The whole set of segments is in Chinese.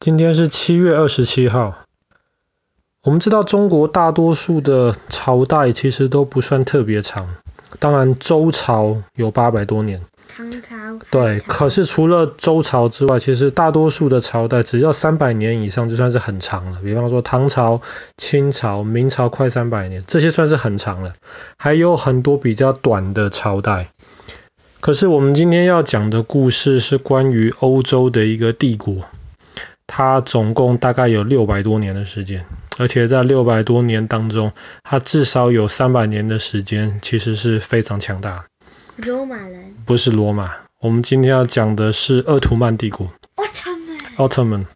今天是7月27号。我们知道中国大多数的朝代其实都不算特别长，当然周朝有800多年， 唐朝对，可是除了周朝之外，其实大多数的朝代只要300年以上就算是很长了。比方说唐朝、清朝、明朝快300年，这些算是很长了。还有很多比较短的朝代。可是我们今天要讲的故事是关于欧洲的一个帝国，它总共大概有600多年的时间，而且在600多年当中，它至少有300年的时间其实是非常强大。 罗马人不是罗马，我们今天要讲的是鄂图曼帝国。奥特曼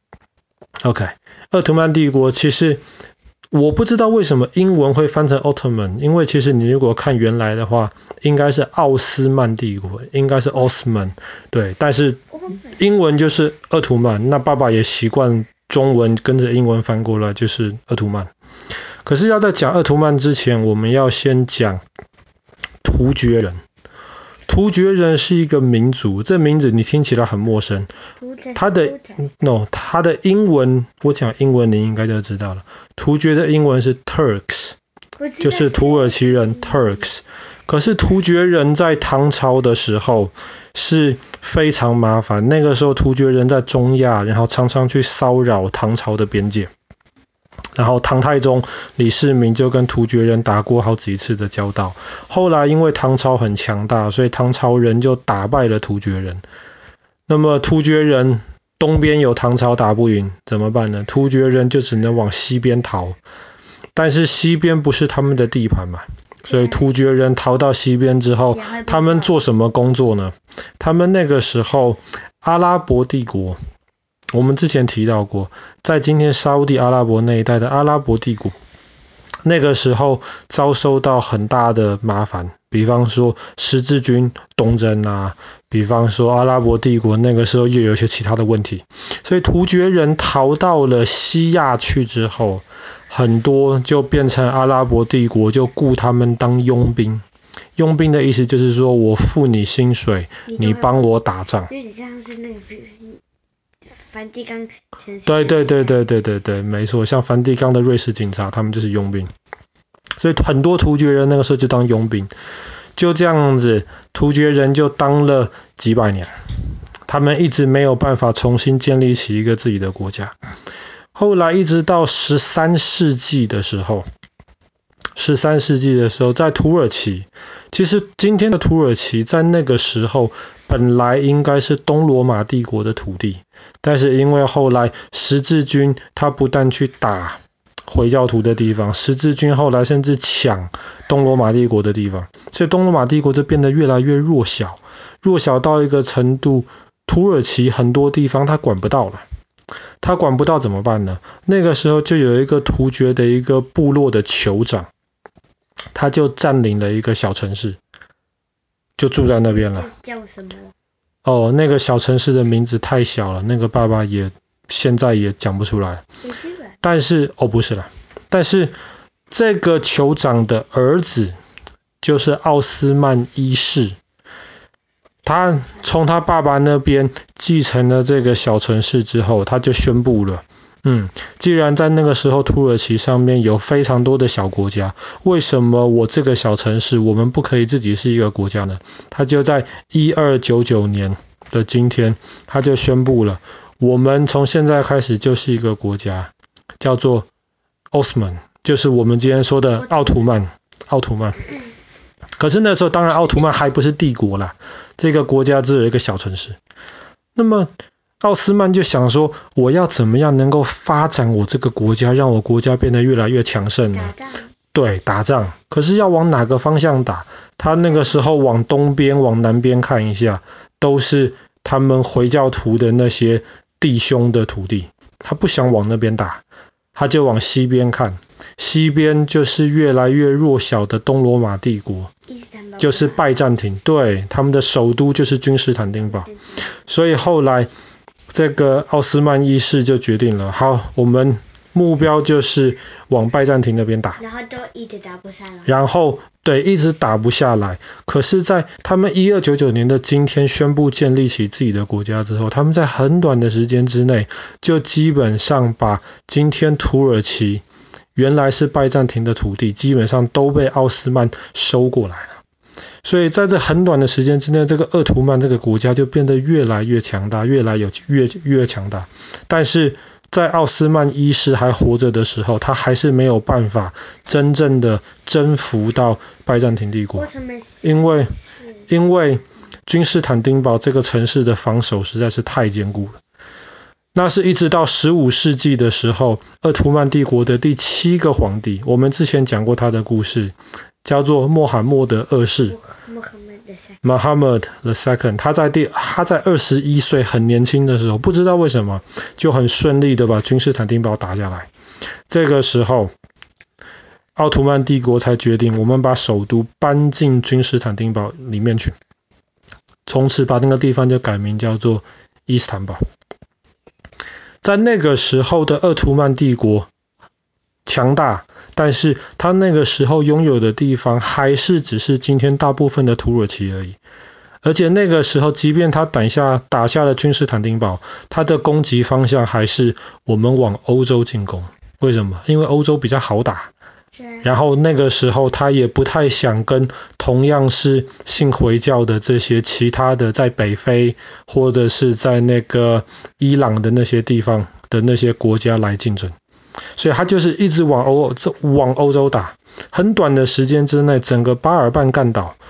OK， 鄂图曼帝国其实我不知道为什么英文会翻成奥特曼，因为其实你如果看原来的话，应该是奥斯曼帝国，应该是 Osman， 对，但是英文就是鄂图曼，那爸爸也习惯中文跟着英文翻过来就是鄂图曼。可是要在讲鄂图曼之前，我们要先讲突厥人。突厥人是一个民族，这名字你听起来很陌生。他的英文，我讲英文你应该就知道了。突厥的英文是 Turks， 就是土耳其人 Turks。可是突厥人在唐朝的时候是非常麻烦，那个时候突厥人在中亚，然后常常去骚扰唐朝的边界。然后唐太宗李世民就跟突厥人打过好几次的交道，后来因为唐朝很强大，所以唐朝人就打败了突厥人。那么突厥人东边有唐朝打不赢，怎么办呢？突厥人就只能往西边逃，但是西边不是他们的地盘嘛，所以突厥人逃到西边之后，他们做什么工作呢？他们那个时候阿拉伯帝国，我们之前提到过，在今天沙烏地阿拉伯那一带的阿拉伯帝国，那个时候遭受到很大的麻烦，比方说十字军东征啊，比方说阿拉伯帝国那个时候又有一些其他的问题，所以突厥人逃到了西亚去之后，很多就变成阿拉伯帝国就雇他们当佣兵。佣兵的意思就是说我付你薪水，你帮我打仗。 有点像是那个梵蒂冈。 对，没错，像梵蒂冈的瑞士警察，他们就是佣兵。所以很多突厥人那个时候就当佣兵，就这样子，突厥人就当了几百年，他们一直没有办法重新建立起一个自己的国家。后来一直到13世纪的时候，在土耳其，其实今天的土耳其在那个时候本来应该是东罗马帝国的土地，但是因为后来十字军他不但去打回教徒的地方，十字军后来甚至抢东罗马帝国的地方，所以东罗马帝国就变得越来越弱小到一个程度，土耳其很多地方他管不到了。他管不到怎么办呢？那个时候就有一个突厥的一个部落的酋长，他就占领了一个小城市，就住在那边了。 叫什么？ 那个小城市的名字太小了，那个爸爸现在也讲不出来。但是不是啦，但是这个酋长的儿子就是奥斯曼一世，他从他爸爸那边继承了这个小城市之后，他就宣布了，既然在那个时候土耳其上面有非常多的小国家，为什么我这个小城市我们不可以自己是一个国家呢？他就在1299年的今天，他就宣布了，我们从现在开始就是一个国家，叫做 Osman， 就是我们今天说的奥图曼。可是那时候当然奥图曼还不是帝国啦，这个国家只有一个小城市。那么奥斯曼就想说，我要怎么样能够发展我这个国家，让我国家变得越来越强盛呢？对，打仗。可是要往哪个方向打？他那个时候往东边往南边看一下，都是他们回教徒的那些弟兄的土地，他不想往那边打，他就往西边看，西边就是越来越弱小的东罗马帝国，就是拜占庭，对，他们的首都就是君士坦丁堡。所以后来这个奥斯曼一世就决定了，好，我们目标就是往拜占庭那边打， 然后都一直打不下来。 然后对，一直打不下来。可是在他们1299年的今天宣布建立起自己的国家之后，他们在很短的时间之内就基本上把今天土耳其原来是拜占庭的土地基本上都被奥斯曼收过来了。所以在这很短的时间之内，这个鄂图曼这个国家就变得越来越强大，越强大。但是在奥斯曼一世还活着的时候，他还是没有办法真正的征服到拜占庭帝国，因为君士坦丁堡这个城市的防守实在是太坚固了。那是一直到15世纪的时候，鄂图曼帝国的第7个皇帝，我们之前讲过他的故事，叫做穆罕默德二世 Muhammad II。 他在21岁很年轻的时候，不知道为什么就很顺利的把君士坦丁堡打下来。这个时候奥图曼帝国才决定，我们把首都搬进君士坦丁堡里面去，从此把那个地方就改名叫做伊斯坦堡。在那个时候的鄂图曼帝国强大，但是他那个时候拥有的地方还是只是今天大部分的土耳其而已。而且那个时候即便他打下了君士坦丁堡，他的攻击方向还是我们往欧洲进攻。为什么？因为欧洲比较好打，然后那个时候他也不太想跟同样是信回教的这些其他的在北非或者是在那个伊朗的那些地方的那些国家来竞争，所以他就是一直往欧洲打。很短的时间之内，整个巴尔干半岛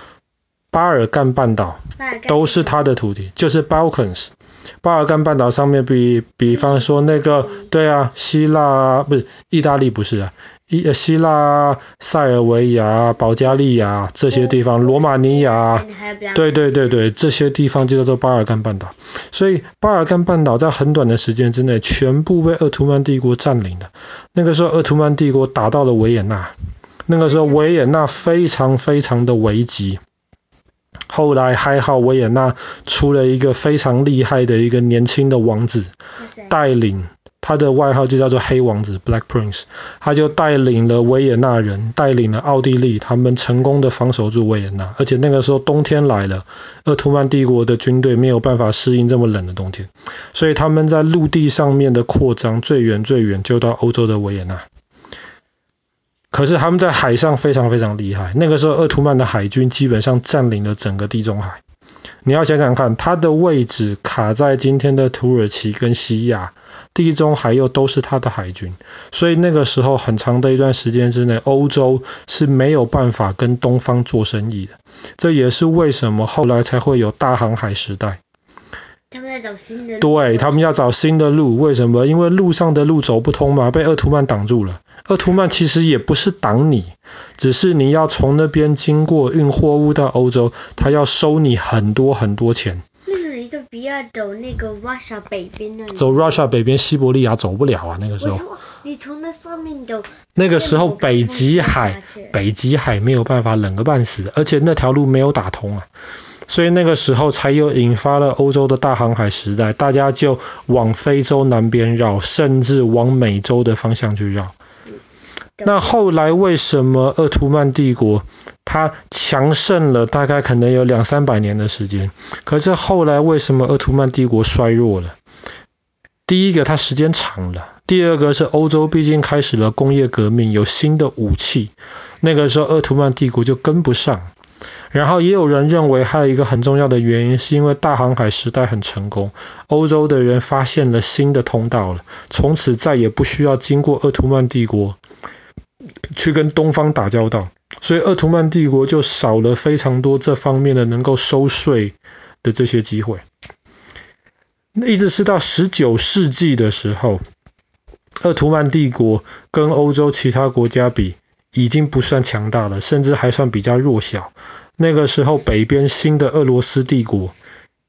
都是他的土地，就是 Balkans。巴尔干半岛上面比方说那个对啊，希腊不是意大利不是啊，希腊、塞尔维亚、保加利亚这些地方，罗马尼亚，对，这些地方就叫做巴尔干半岛。所以巴尔干半岛在很短的时间之内全部被鄂图曼帝国占领的。那个时候鄂图曼帝国打到了维也纳，那个时候维也纳非常非常的危急。后来还好维也纳出了一个非常厉害的一个年轻的王子，带领他的外号就叫做黑王子 Black Prince， 他就带领了维也纳人，带领了奥地利，他们成功的防守住维也纳。而且那个时候冬天来了，鄂图曼帝国的军队没有办法适应这么冷的冬天，所以他们在陆地上面的扩张最远就到欧洲的维也纳。可是他们在海上非常非常厉害，那个时候鄂图曼的海军基本上占领了整个地中海。你要想想看，它的位置卡在今天的土耳其跟西亚，地中海又都是它的海军，所以那个时候很长的一段时间之内，欧洲是没有办法跟东方做生意的。这也是为什么后来才会有大航海时代。 他们在找新的路， 对，他们要找新的路。为什么？因为路上的路走不通嘛，被鄂图曼挡住了。鄂图曼其实也不是挡你，只是你要从那边经过运货物到欧洲，他要收你很多很多钱。 那个你就不要走那个 Russia 北边那里。 走 Russia 北边西伯利亚走不了啊，那个时候。 你从那上面走。 那个时候北极海没有办法冷个半死，而且那条路没有打通啊。所以那个时候才有引发了欧洲的大航海时代，大家就往非洲南边绕，甚至往美洲的方向去绕。那后来为什么鄂图曼帝国它强盛了大概可能有200-300年的时间，可是后来为什么鄂图曼帝国衰弱了？第一个它时间长了，第二个是欧洲毕竟开始了工业革命，有新的武器，那个时候鄂图曼帝国就跟不上。然后也有人认为还有一个很重要的原因，是因为大航海时代很成功，欧洲的人发现了新的通道了，从此再也不需要经过鄂图曼帝国去跟东方打交道，所以鄂图曼帝国就少了非常多这方面的能够收税的这些机会。一直是到19世纪的时候，鄂图曼帝国跟欧洲其他国家比已经不算强大了，甚至还算比较弱小。那个时候北边新的俄罗斯帝国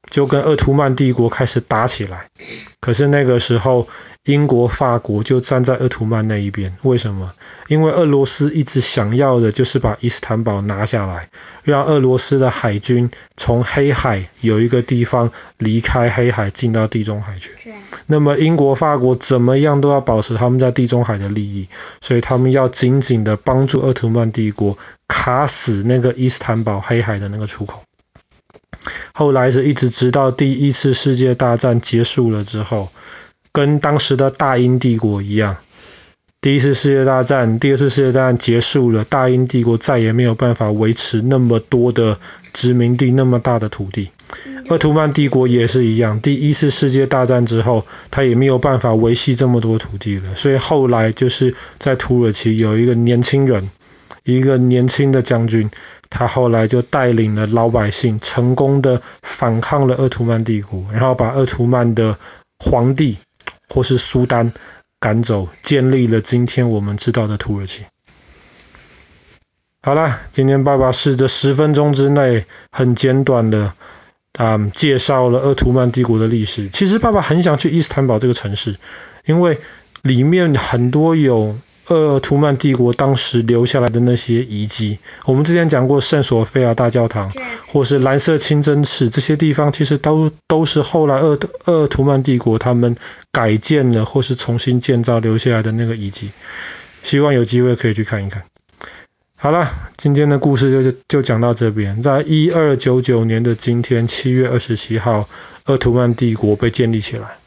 就跟鄂图曼帝国开始打起来。可是那个时候英国、法国就站在鄂图曼那一边。为什么？因为俄罗斯一直想要的就是把伊斯坦堡拿下来，让俄罗斯的海军从黑海有一个地方离开黑海进到地中海去。那么英国、法国怎么样都要保持他们在地中海的利益，所以他们要紧紧的帮助鄂图曼帝国卡死那个伊斯坦堡黑海的那个出口。后来是一直直到第一次世界大战结束了之后，跟当时的大英帝国一样，第一次世界大战、第二次世界大战结束了，大英帝国再也没有办法维持那么多的殖民地，那么大的土地。鄂图曼帝国也是一样，第一次世界大战之后，他也没有办法维系这么多土地了，所以后来就是在土耳其有一个年轻人，一个年轻的将军，他后来就带领了老百姓成功的反抗了鄂图曼帝国，然后把鄂图曼的皇帝或是苏丹赶走，建立了今天我们知道的土耳其。好啦，今天爸爸试着10分钟之内很简短的介绍了鄂图曼帝国的历史。其实爸爸很想去伊斯坦堡这个城市，因为里面很多有鄂图曼帝国当时留下来的那些遗迹。我们之前讲过圣索菲亚大教堂或是蓝色清真寺，这些地方其实都是后来鄂图曼帝国他们改建了或是重新建造留下来的那个遗迹。希望有机会可以去看一看。好了，今天的故事就讲到这边。在1299年的今天，7月27号，鄂图曼帝国被建立起来。